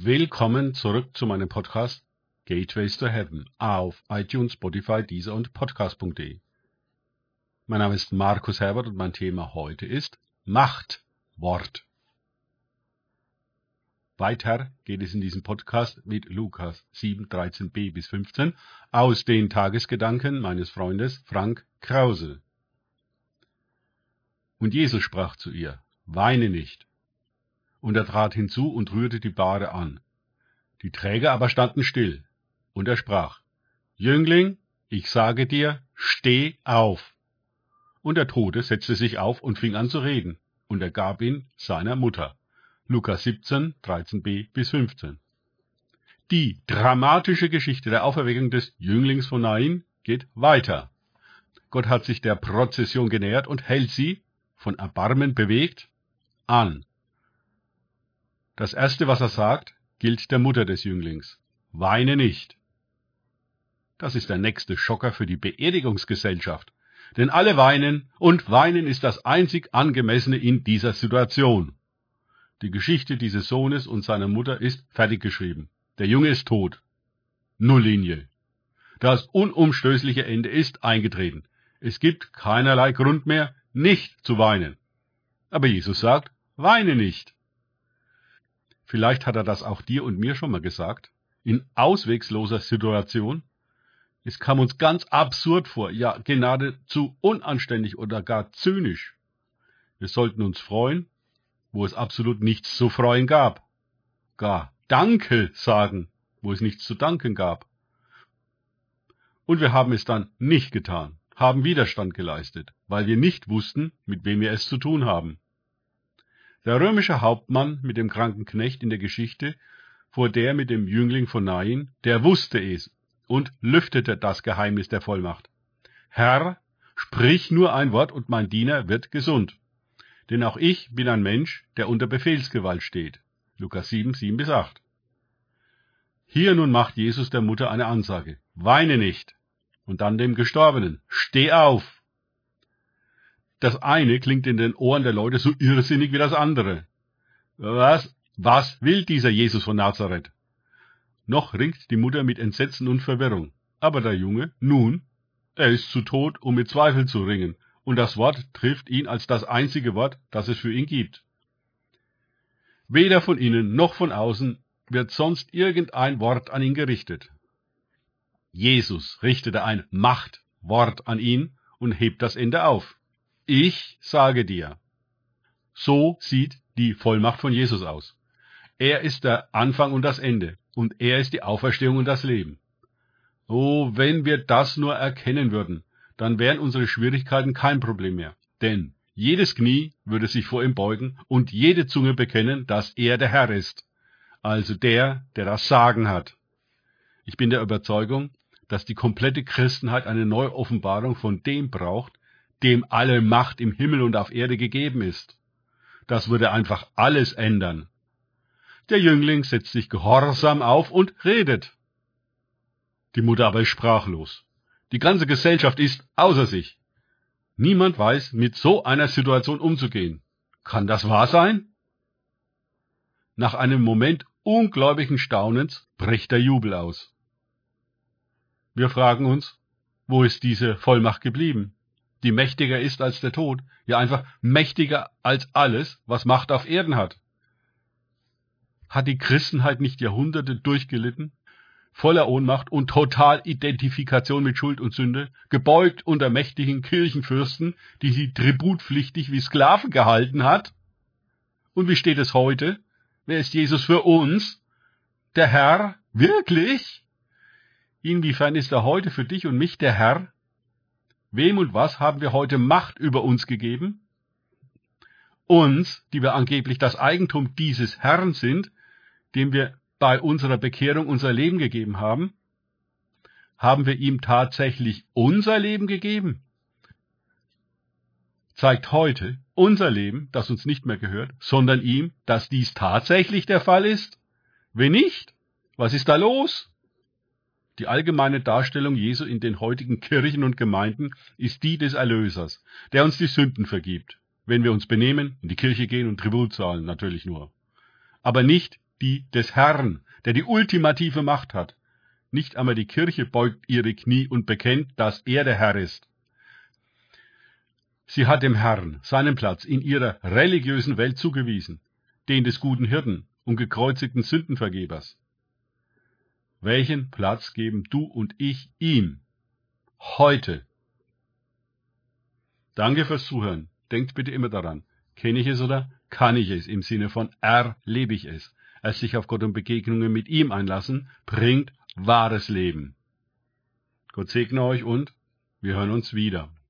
Willkommen zurück zu meinem Podcast Gateways to Heaven auf iTunes, Spotify, Deezer und Podcast.de. Mein Name ist Markus Herbert und mein Thema heute ist Machtwort. Weiter geht es in diesem Podcast mit Lukas 7, 13b bis 15 aus den Tagesgedanken meines Freundes Frank Krause. Und Jesus sprach zu ihr: Weine nicht. Und er trat hinzu und rührte die Bahre an. Die Träger aber standen still. Und er sprach: Jüngling, ich sage dir, steh auf. Und der Tote setzte sich auf und fing an zu reden. Und er gab ihn seiner Mutter. Lukas 17, 13b bis 15. Die dramatische Geschichte der Auferweckung des Jünglings von Nain geht weiter. Gott hat sich der Prozession genähert und hält sie, von Erbarmen bewegt, an. Das Erste, was er sagt, gilt der Mutter des Jünglings: Weine nicht. Das ist der nächste Schocker für die Beerdigungsgesellschaft. Denn alle weinen, und weinen ist das einzig Angemessene in dieser Situation. Die Geschichte dieses Sohnes und seiner Mutter ist fertig geschrieben. Der Junge ist tot. Nulllinie. Das unumstößliche Ende ist eingetreten. Es gibt keinerlei Grund mehr, nicht zu weinen. Aber Jesus sagt: Weine nicht. Vielleicht hat er das auch dir und mir schon mal gesagt, in auswegsloser Situation. Es kam uns ganz absurd vor, ja geradezu unanständig oder gar zynisch. Wir sollten uns freuen, wo es absolut nichts zu freuen gab. Gar Danke sagen, wo es nichts zu danken gab. Und wir haben es dann nicht getan, haben Widerstand geleistet, weil wir nicht wussten, mit wem wir es zu tun haben. Der römische Hauptmann mit dem kranken Knecht in der Geschichte vor der mit dem Jüngling von Nain, der wusste es und lüftete das Geheimnis der Vollmacht. Herr, sprich nur ein Wort und mein Diener wird gesund. Denn auch ich bin ein Mensch, der unter Befehlsgewalt steht. Lukas 7, 7 bis 8. Hier nun macht Jesus der Mutter eine Ansage: Weine nicht. Und dann dem Gestorbenen: Steh auf. Das eine klingt in den Ohren der Leute so irrsinnig wie das andere. Was will dieser Jesus von Nazareth? Noch ringt die Mutter mit Entsetzen und Verwirrung. Aber der Junge, nun, er ist zu tot, um mit Zweifel zu ringen. Und das Wort trifft ihn als das einzige Wort, das es für ihn gibt. Weder von innen noch von außen wird sonst irgendein Wort an ihn gerichtet. Jesus richtete ein Machtwort an ihn und hebt das Ende auf. Ich sage dir. So sieht die Vollmacht von Jesus aus. Er ist der Anfang und das Ende, und er ist die Auferstehung und das Leben. Oh, wenn wir das nur erkennen würden, dann wären unsere Schwierigkeiten kein Problem mehr. Denn jedes Knie würde sich vor ihm beugen und jede Zunge bekennen, dass er der Herr ist. Also der das Sagen hat. Ich bin der Überzeugung, dass die komplette Christenheit eine neue Offenbarung von dem braucht, dem alle Macht im Himmel und auf Erde gegeben ist. Das würde einfach alles ändern. Der Jüngling setzt sich gehorsam auf und redet. Die Mutter aber ist sprachlos. Die ganze Gesellschaft ist außer sich. Niemand weiß, mit so einer Situation umzugehen. Kann das wahr sein? Nach einem Moment ungläubigen Staunens bricht der Jubel aus. Wir fragen uns, wo ist diese Vollmacht geblieben, die mächtiger ist als der Tod, ja einfach mächtiger als alles, was Macht auf Erden hat? Hat die Christenheit nicht Jahrhunderte durchgelitten, voller Ohnmacht und Totalidentifikation mit Schuld und Sünde, gebeugt unter mächtigen Kirchenfürsten, die sie tributpflichtig wie Sklaven gehalten hat? Und wie steht es heute? Wer ist Jesus für uns? Der Herr? Wirklich? Inwiefern ist er heute für dich und mich der Herr? Wem und was haben wir heute Macht über uns gegeben? Uns, die wir angeblich das Eigentum dieses Herrn sind, dem wir bei unserer Bekehrung unser Leben gegeben haben? Haben wir ihm tatsächlich unser Leben gegeben? Zeigt heute unser Leben, das uns nicht mehr gehört, sondern ihm, dass dies tatsächlich der Fall ist? Wenn nicht, was ist da los? Die allgemeine Darstellung Jesu in den heutigen Kirchen und Gemeinden ist die des Erlösers, der uns die Sünden vergibt, wenn wir uns benehmen, in die Kirche gehen und Tribut zahlen, natürlich nur. Aber nicht die des Herrn, der die ultimative Macht hat. Nicht einmal die Kirche beugt ihre Knie und bekennt, dass er der Herr ist. Sie hat dem Herrn seinen Platz in ihrer religiösen Welt zugewiesen, den des guten Hirten und gekreuzigten Sündenvergebers. Welchen Platz geben du und ich ihm heute? Danke fürs Zuhören. Denkt bitte immer daran, kenne ich es oder kann ich es, im Sinne von erlebe ich es. Erst sich auf Gott und Begegnungen mit ihm einlassen, bringt wahres Leben. Gott segne euch und wir hören uns wieder.